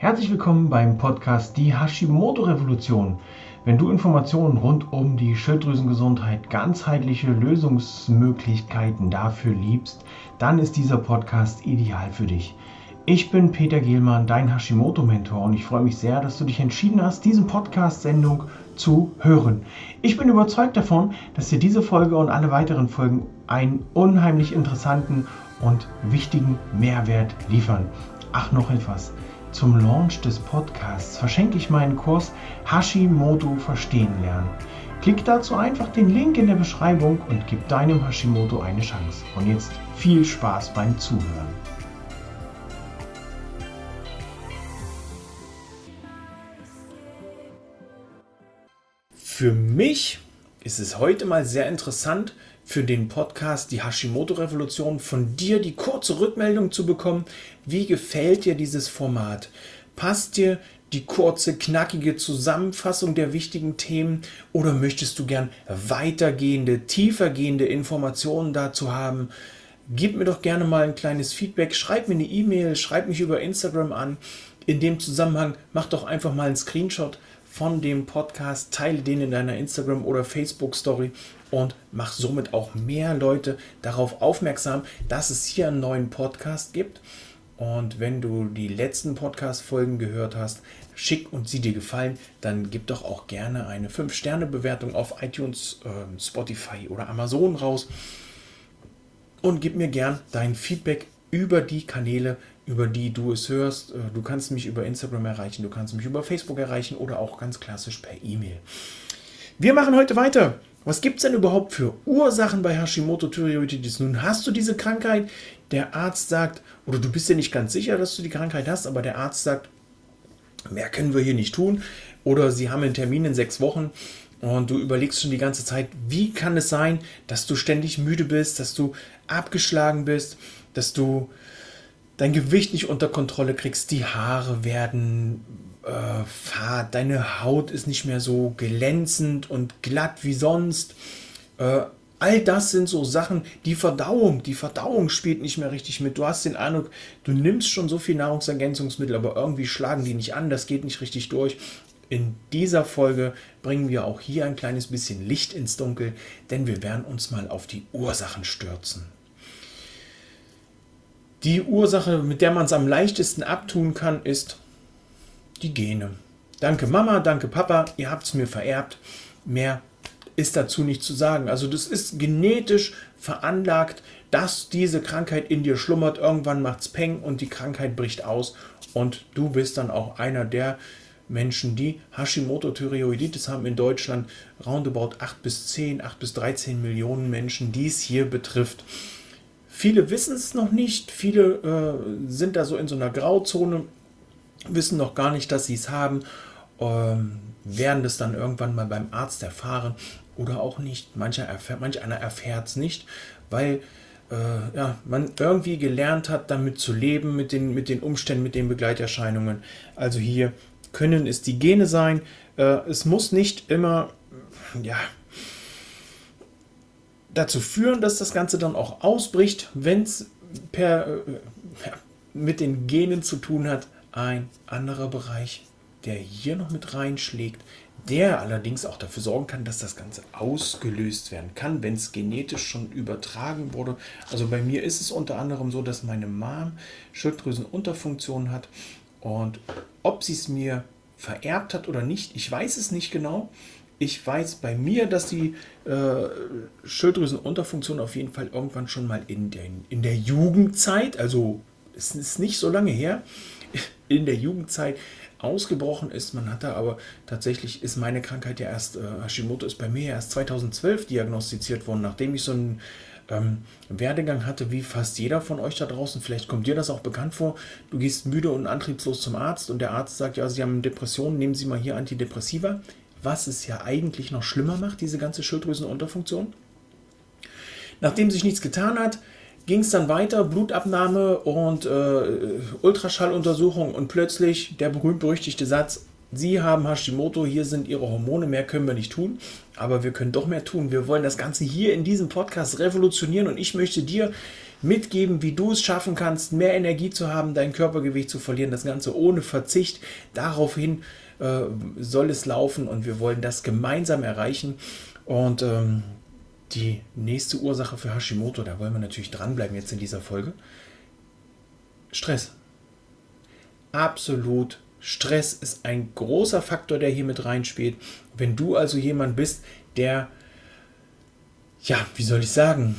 Herzlich willkommen beim Podcast Die Hashimoto-Revolution. Wenn du Informationen rund um die Schilddrüsengesundheit, ganzheitliche Lösungsmöglichkeiten dafür liebst, dann ist dieser Podcast ideal für dich. Ich bin Peter Gehlmann, dein Hashimoto-Mentor, und ich freue mich sehr, dass du dich entschieden hast, diese Podcast-Sendung zu hören. Ich bin überzeugt davon, dass dir diese Folge und alle weiteren Folgen einen unheimlich interessanten und wichtigen Mehrwert liefern. Ach, noch etwas. Zum Launch des Podcasts verschenke ich meinen Kurs Hashimoto verstehen lernen. Klick dazu einfach den Link in der Beschreibung und gib deinem Hashimoto eine Chance. Und jetzt viel Spaß beim Zuhören. Für mich ist es heute mal sehr interessant, für den Podcast Die Hashimoto-Revolution von dir die kurze Rückmeldung zu bekommen. Wie gefällt dir dieses Format? Passt dir die kurze, knackige Zusammenfassung der wichtigen Themen oder möchtest du gern weitergehende, tiefergehende Informationen dazu haben? Gib mir doch gerne mal ein kleines Feedback, schreib mir eine E-Mail, schreib mich über Instagram an. In dem Zusammenhang mach doch einfach mal einen Screenshot von dem Podcast, teile den in deiner Instagram- oder Facebook-Story und mach somit auch mehr Leute darauf aufmerksam, dass es hier einen neuen Podcast gibt. Und wenn du die letzten Podcast-Folgen gehört hast, schick und sie dir gefallen, dann gib doch auch gerne eine 5-Sterne-Bewertung auf iTunes, Spotify oder Amazon raus und gib mir gern dein Feedback über die Kanäle, über die du es hörst. Du kannst mich über Instagram erreichen, du kannst mich über Facebook erreichen oder auch ganz klassisch per E-Mail. Wir machen heute weiter. Was gibt es denn überhaupt für Ursachen bei Hashimoto-Thyreoiditis? Nun hast du diese Krankheit, der Arzt sagt, oder du bist dir nicht ganz sicher, dass du die Krankheit hast, aber der Arzt sagt, mehr können wir hier nicht tun. Oder sie haben einen Termin in 6 Wochen und du überlegst schon die ganze Zeit, wie kann es sein, dass du ständig müde bist, dass du abgeschlagen bist, dass du dein Gewicht nicht unter Kontrolle kriegst, die Haare werden fad, deine Haut ist nicht mehr so glänzend und glatt wie sonst. All das sind so Sachen, die Verdauung spielt nicht mehr richtig mit. Du hast den Eindruck, du nimmst schon so viel Nahrungsergänzungsmittel, aber irgendwie schlagen die nicht an, das geht nicht richtig durch. In dieser Folge bringen wir auch hier ein kleines bisschen Licht ins Dunkel, denn wir werden uns mal auf die Ursachen stürzen. Die Ursache, mit der man es am leichtesten abtun kann, ist die Gene. Danke Mama, danke Papa, ihr habt es mir vererbt. Mehr ist dazu nicht zu sagen. Also das ist genetisch veranlagt, dass diese Krankheit in dir schlummert. Irgendwann macht es Peng und die Krankheit bricht aus. Und du bist dann auch einer der Menschen, die Hashimoto-Thyreoiditis haben in Deutschland. Roundabout 8 bis 13 Millionen Menschen, die es hier betrifft. Viele wissen es noch nicht, viele sind da so in so einer Grauzone, wissen noch gar nicht, dass sie es haben, werden das dann irgendwann mal beim Arzt erfahren oder auch nicht. Manch einer erfährt es nicht, weil man irgendwie gelernt hat, damit zu leben, mit den Umständen, mit den Begleiterscheinungen. Also hier können es die Gene sein. Es muss nicht immer dazu führen, dass das Ganze dann auch ausbricht, wenn es mit den Genen zu tun hat. Ein anderer Bereich, der hier noch mit reinschlägt, der allerdings auch dafür sorgen kann, dass das Ganze ausgelöst werden kann, wenn es genetisch schon übertragen wurde. Also bei mir ist es unter anderem so, dass meine Mom Schilddrüsenunterfunktion hat und ob sie es mir vererbt hat oder nicht, ich weiß es nicht genau. Ich weiß bei mir, dass die Schilddrüsenunterfunktion auf jeden Fall irgendwann schon mal in der Jugendzeit, also es ist nicht so lange her, in der Jugendzeit ausgebrochen ist. Man hat da aber tatsächlich, ist meine Krankheit ja erst, Hashimoto ist bei mir erst 2012 diagnostiziert worden, nachdem ich so einen Werdegang hatte, wie fast jeder von euch da draußen. Vielleicht kommt dir das auch bekannt vor. Du gehst müde und antriebslos zum Arzt und der Arzt sagt, ja, Sie haben Depressionen, nehmen Sie mal hier Antidepressiva. Was es ja eigentlich noch schlimmer macht, diese ganze Schilddrüsenunterfunktion. Nachdem sich nichts getan hat, ging es dann weiter, Blutabnahme und Ultraschalluntersuchung und plötzlich der berühmt-berüchtigte Satz, Sie haben Hashimoto, hier sind Ihre Hormone, mehr können wir nicht tun, aber wir können doch mehr tun. Wir wollen das Ganze hier in diesem Podcast revolutionieren und ich möchte dir mitgeben, wie du es schaffen kannst, mehr Energie zu haben, dein Körpergewicht zu verlieren, das Ganze ohne Verzicht. Daraufhin soll es laufen und wir wollen das gemeinsam erreichen. Und die nächste Ursache für Hashimoto, da wollen wir natürlich dranbleiben jetzt in dieser Folge. Stress. Absolut. Stress ist ein großer Faktor, der hier mit reinspielt. Wenn du also jemand bist, der, ja, wie soll ich sagen,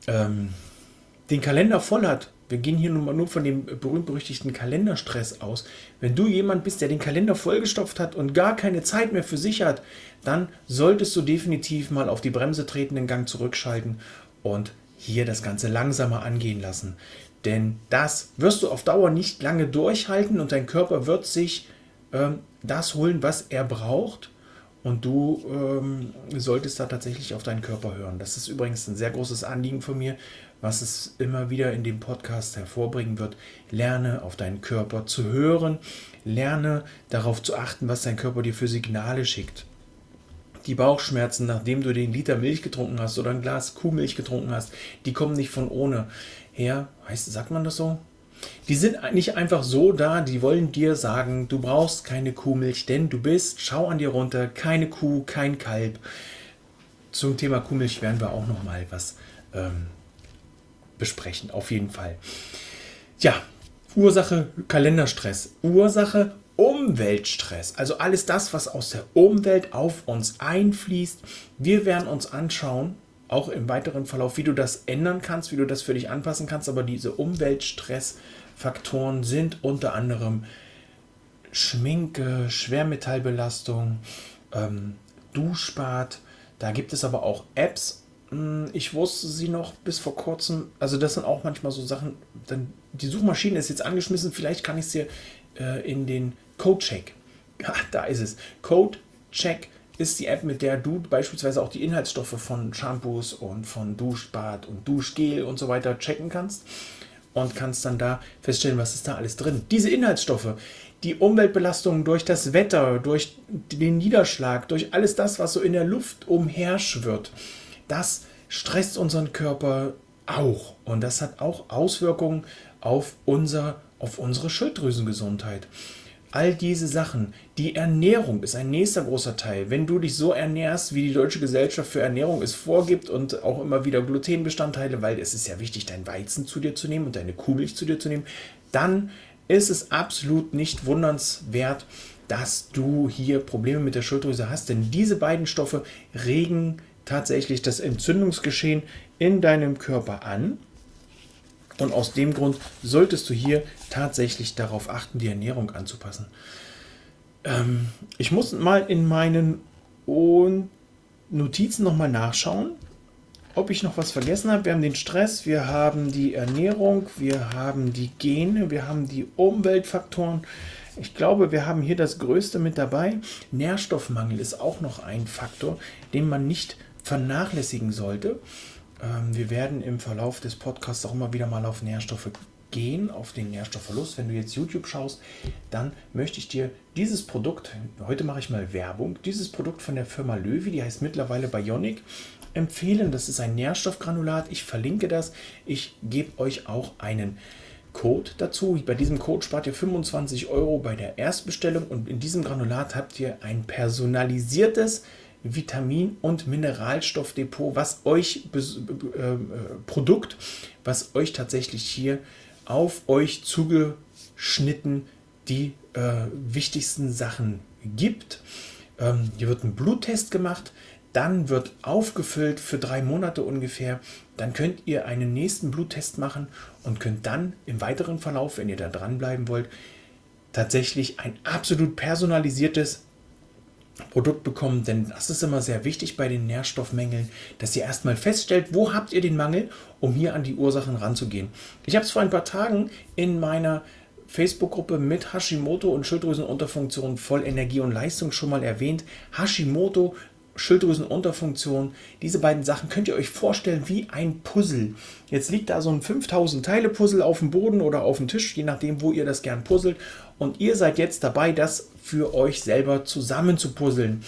den Kalender voll hat. Wir gehen hier nur von dem berühmt-berüchtigten Kalenderstress aus. Wenn du jemand bist, der den Kalender vollgestopft hat und gar keine Zeit mehr für sich hat, dann solltest du definitiv mal auf die Bremse treten, den Gang zurückschalten und hier das Ganze langsamer angehen lassen. Denn das wirst du auf Dauer nicht lange durchhalten und dein Körper wird sich das holen, was er braucht. Und du solltest da tatsächlich auf deinen Körper hören. Das ist übrigens ein sehr großes Anliegen von mir, was es immer wieder in dem Podcast hervorbringen wird. Lerne auf deinen Körper zu hören. Lerne darauf zu achten, was dein Körper dir für Signale schickt. Die Bauchschmerzen, nachdem du den Liter Milch getrunken hast oder ein Glas Kuhmilch getrunken hast, die kommen nicht von ohne her. Sagt man das so? Die sind nicht einfach so da, die wollen dir sagen, du brauchst keine Kuhmilch, denn du bist, schau an dir runter, keine Kuh, kein Kalb. Zum Thema Kuhmilch werden wir auch nochmal was besprechen, auf jeden Fall. Ja, Ursache Kalenderstress, Ursache Umweltstress, also alles das, was aus der Umwelt auf uns einfließt. Wir werden uns anschauen, auch im weiteren Verlauf, wie du das ändern kannst, wie du das für dich anpassen kannst. Aber diese Umweltstressfaktoren sind unter anderem Schminke, Schwermetallbelastung, Duschbad. Da gibt es aber auch Apps. Ich wusste sie noch bis vor kurzem. Also das sind auch manchmal so Sachen. Die Suchmaschine ist jetzt angeschmissen. Vielleicht kann ich es dir in den Codecheck. Ja, da ist es. Codecheck ist die App, mit der du beispielsweise auch die Inhaltsstoffe von Shampoos und von Duschbad und Duschgel und so weiter checken kannst und kannst dann da feststellen, was ist da alles drin. Diese Inhaltsstoffe, die Umweltbelastung durch das Wetter, durch den Niederschlag, durch alles das, was so in der Luft umherschwirrt, das stresst unseren Körper auch und das hat auch Auswirkungen auf unsere Schilddrüsengesundheit. All diese Sachen. Die Ernährung ist ein nächster großer Teil. Wenn du dich so ernährst, wie die Deutsche Gesellschaft für Ernährung es vorgibt und auch immer wieder Glutenbestandteile, weil es ist ja wichtig, dein Weizen zu dir zu nehmen und deine Kuhmilch zu dir zu nehmen, dann ist es absolut nicht wundernswert, dass du hier Probleme mit der Schilddrüse hast. Denn diese beiden Stoffe regen tatsächlich das Entzündungsgeschehen in deinem Körper an. Und aus dem Grund solltest du hier tatsächlich darauf achten, die Ernährung anzupassen. Ich muss mal in meinen Notizen nochmal nachschauen, ob ich noch was vergessen habe. Wir haben den Stress, wir haben die Ernährung, wir haben die Gene, wir haben die Umweltfaktoren. Ich glaube, wir haben hier das Größte mit dabei. Nährstoffmangel ist auch noch ein Faktor, den man nicht vernachlässigen sollte. Wir werden im Verlauf des Podcasts auch immer wieder mal auf Nährstoffe gehen, auf den Nährstoffverlust. Wenn du jetzt YouTube schaust, dann möchte ich dir dieses Produkt, heute mache ich mal Werbung, dieses Produkt von der Firma Löwy, die heißt mittlerweile Bionic, empfehlen. Das ist ein Nährstoffgranulat. Ich verlinke das. Ich gebe euch auch einen Code dazu. Bei diesem Code spart ihr 25 € bei der Erstbestellung und in diesem Granulat habt ihr ein personalisiertes Vitamin- und Mineralstoffdepot, was euch Produkt, was euch tatsächlich hier auf euch zugeschnitten die wichtigsten Sachen gibt. Hier wird ein Bluttest gemacht, dann wird aufgefüllt für 3 Monate ungefähr. Dann könnt ihr einen nächsten Bluttest machen und könnt dann im weiteren Verlauf, wenn ihr da dranbleiben wollt, tatsächlich ein absolut personalisiertes Produkt bekommen, denn das ist immer sehr wichtig bei den Nährstoffmängeln, dass ihr erstmal feststellt, wo habt ihr den Mangel, um hier an die Ursachen ranzugehen. Ich habe es vor ein paar Tagen in meiner Facebook-Gruppe mit Hashimoto und Schilddrüsenunterfunktion voll Energie und Leistung schon mal erwähnt. Hashimoto, Schilddrüsenunterfunktion, diese beiden Sachen könnt ihr euch vorstellen wie ein Puzzle. Jetzt liegt da so ein 5000 Teile Puzzle auf dem Boden oder auf dem Tisch, je nachdem, wo ihr das gern puzzelt. Und ihr seid jetzt dabei, das für euch selber zusammen zu puzzeln.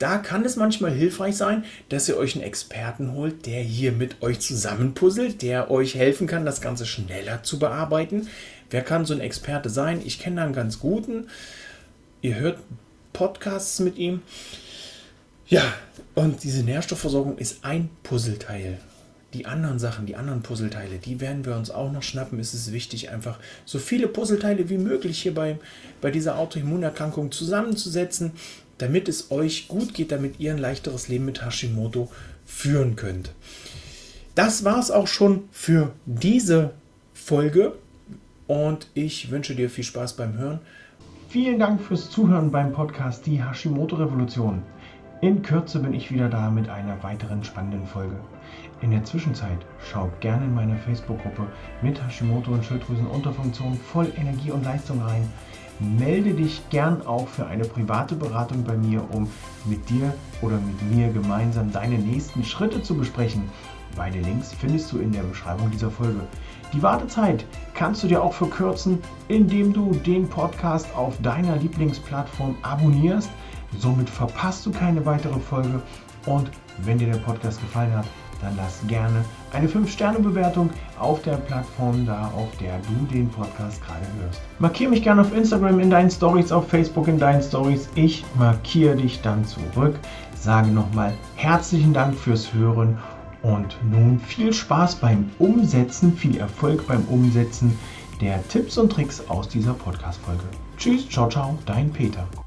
Da kann es manchmal hilfreich sein, dass ihr euch einen Experten holt, der hier mit euch zusammenpuzzelt, der euch helfen kann, das Ganze schneller zu bearbeiten. Wer kann so ein Experte sein? Ich kenne da einen ganz guten. Ihr hört Podcasts mit ihm. Ja, und diese Nährstoffversorgung ist ein Puzzleteil. Die anderen Sachen, die anderen Puzzleteile, die werden wir uns auch noch schnappen. Es ist wichtig, einfach so viele Puzzleteile wie möglich hier bei dieser Autoimmunerkrankung zusammenzusetzen, damit es euch gut geht, damit ihr ein leichteres Leben mit Hashimoto führen könnt. Das war es auch schon für diese Folge und ich wünsche dir viel Spaß beim Hören. Vielen Dank fürs Zuhören beim Podcast Die Hashimoto-Revolution. In Kürze bin ich wieder da mit einer weiteren spannenden Folge. In der Zwischenzeit schau gerne in meiner Facebook-Gruppe mit Hashimoto und Schilddrüsenunterfunktion voll Energie und Leistung rein. Melde dich gern auch für eine private Beratung bei mir, um mit dir oder mit mir gemeinsam deine nächsten Schritte zu besprechen. Beide Links findest du in der Beschreibung dieser Folge. Die Wartezeit kannst du dir auch verkürzen, indem du den Podcast auf deiner Lieblingsplattform abonnierst. Somit verpasst du keine weitere Folge und wenn dir der Podcast gefallen hat, dann lass gerne eine 5-Sterne-Bewertung auf der Plattform da, auf der du den Podcast gerade hörst. Markiere mich gerne auf Instagram in deinen Stories, auf Facebook in deinen Stories. Ich markiere dich dann zurück. Sage nochmal herzlichen Dank fürs Hören und nun viel Spaß beim Umsetzen, viel Erfolg beim Umsetzen der Tipps und Tricks aus dieser Podcast-Folge. Tschüss, ciao, ciao, dein Peter.